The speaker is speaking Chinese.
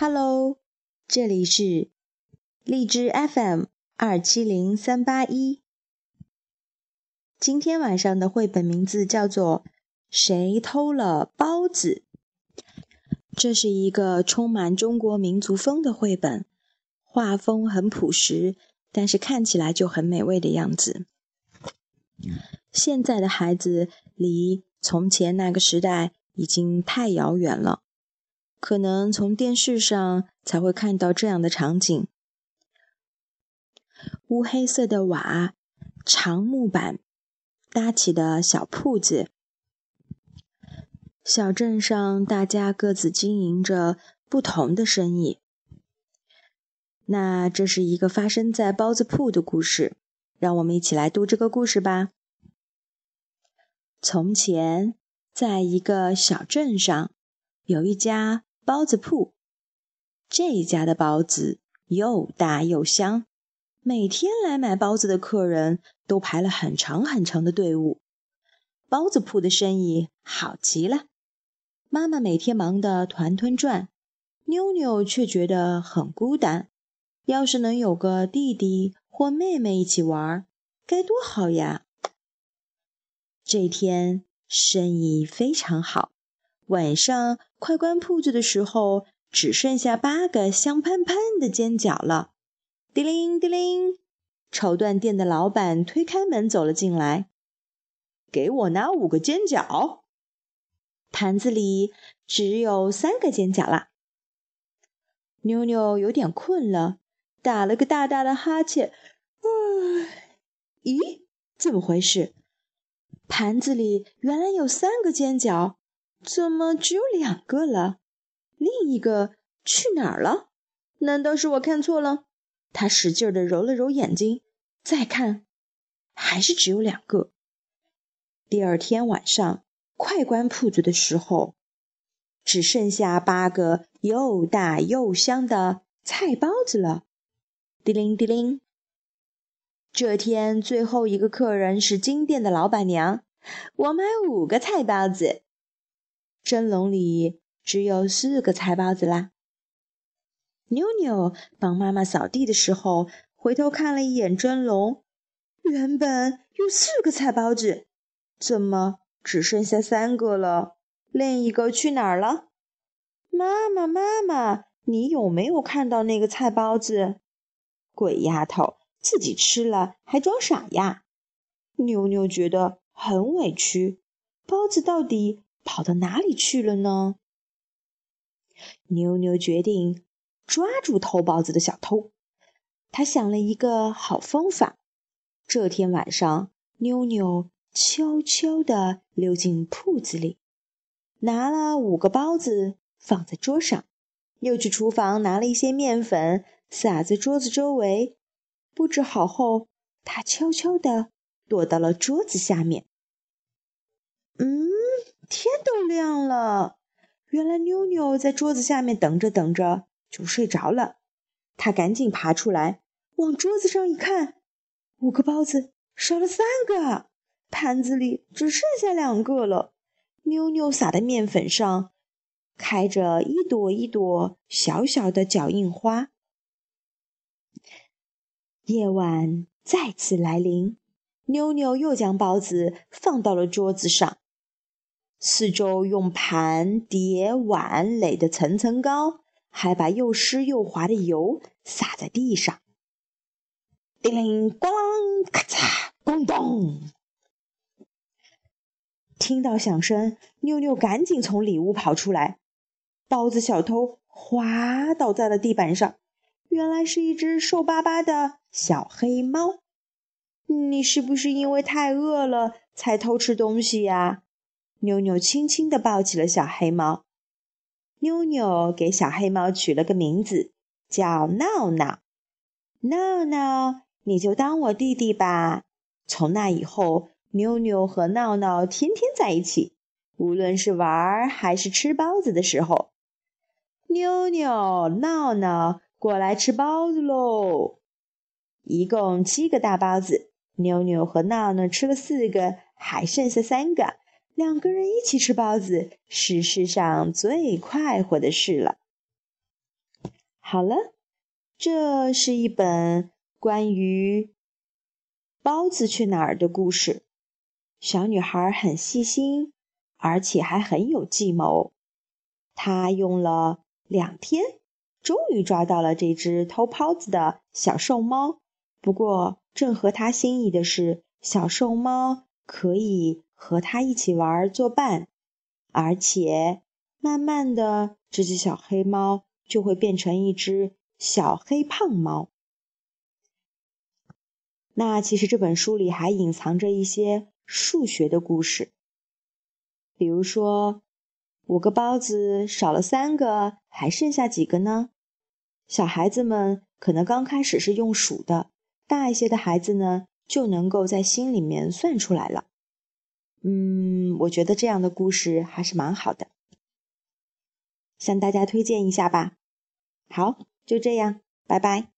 Hello， 这里是荔枝 FM270381。今天晚上的绘本名字叫做《谁偷了包子》。这是一个充满中国民族风的绘本，画风很朴实，但是看起来就很美味的样子。现在的孩子离从前那个时代已经太遥远了，可能从电视上才会看到这样的场景。乌黑色的瓦，长木板搭起的小铺子，小镇上大家各自经营着不同的生意。那这是一个发生在包子铺的故事，让我们一起来读这个故事吧。从前，在一个小镇上，有一家包子铺。这一家的包子又大又香，每天来买包子的客人都排了很长很长的队伍。包子铺的生意好极了，妈妈每天忙得团团转，妞妞却觉得很孤单。要是能有个弟弟或妹妹一起玩，该多好呀！这天生意非常好，晚上快关铺子的时候，只剩下8个香喷喷的煎饺了。叮铃叮铃，绸缎店的老板推开门走了进来。给我拿5个煎饺。盘子里只有3个煎饺啦。妞妞有点困了，打了个大大的哈欠。咦，怎么回事？盘子里原来有3个煎饺，怎么只有2个了？另一个去哪儿了？难道是我看错了？他使劲地揉了揉眼睛，再看，还是只有2个。第二天晚上，快关铺子的时候，只剩下8个又大又香的菜包子了。叮铃叮铃。这天最后一个客人是金店的老板娘，我买5个菜包子。蒸笼里只有4个菜包子啦。妞妞帮妈妈扫地的时候，回头看了一眼蒸笼，原本有4个菜包子，怎么只剩下3个了？另一个去哪儿了？妈妈，你有没有看到那个菜包子？鬼丫头，自己吃了还装傻呀！妞妞觉得很委屈，包子到底跑到哪里去了呢？妞妞决定抓住偷包子的小偷。她想了一个好方法。这天晚上，妞妞悄悄地溜进铺子里，拿了5个包子放在桌上，又去厨房拿了一些面粉撒在桌子周围。布置好后，她悄悄地躲到了桌子下面。天都亮了，原来妞妞在桌子下面等着等着就睡着了。她赶紧爬出来，往桌子上一看，5个包子少了3个，盘子里只剩下2个了。妞妞撒的面粉上开着一朵一朵小小的脚印花。夜晚再次来临，妞妞又将包子放到了桌子上，四周用盘、碟、碗垒得层层高，还把又湿又滑的油洒在地上。叮铃咣啷，咔嚓咣咚。听到响声，妞妞赶紧从里屋跑出来。包子小偷滑倒在了地板上，原来是一只瘦巴巴的小黑猫。你是不是因为太饿了才偷吃东西呀？妞妞轻轻地抱起了小黑猫。妞妞给小黑猫取了个名字，叫闹闹。闹闹，你就当我弟弟吧。从那以后，妞妞和闹闹天天在一起，无论是玩还是吃包子的时候。妞妞、闹闹，过来吃包子喽！一共7个大包子，妞妞和闹闹吃了4个，还剩下3个。2个人一起吃包子是世上最快活的事了。 好了，这是一本关于包子去哪儿的故事。小女孩很细心，而且还很有计谋。她用了2天，终于抓到了这只偷包子的小瘦猫。不过，正合她心意的是，小瘦猫可以和她一起玩作伴，而且慢慢的，这只小黑猫就会变成一只小黑胖猫。那其实这本书里还隐藏着一些数学的故事，比如说5个包子少了3个，还剩下几个呢？小孩子们可能刚开始是用数的，大一些的孩子呢，就能够在心里面算出来了。我觉得这样的故事还是蛮好的，向大家推荐一下吧。好，就这样，拜拜。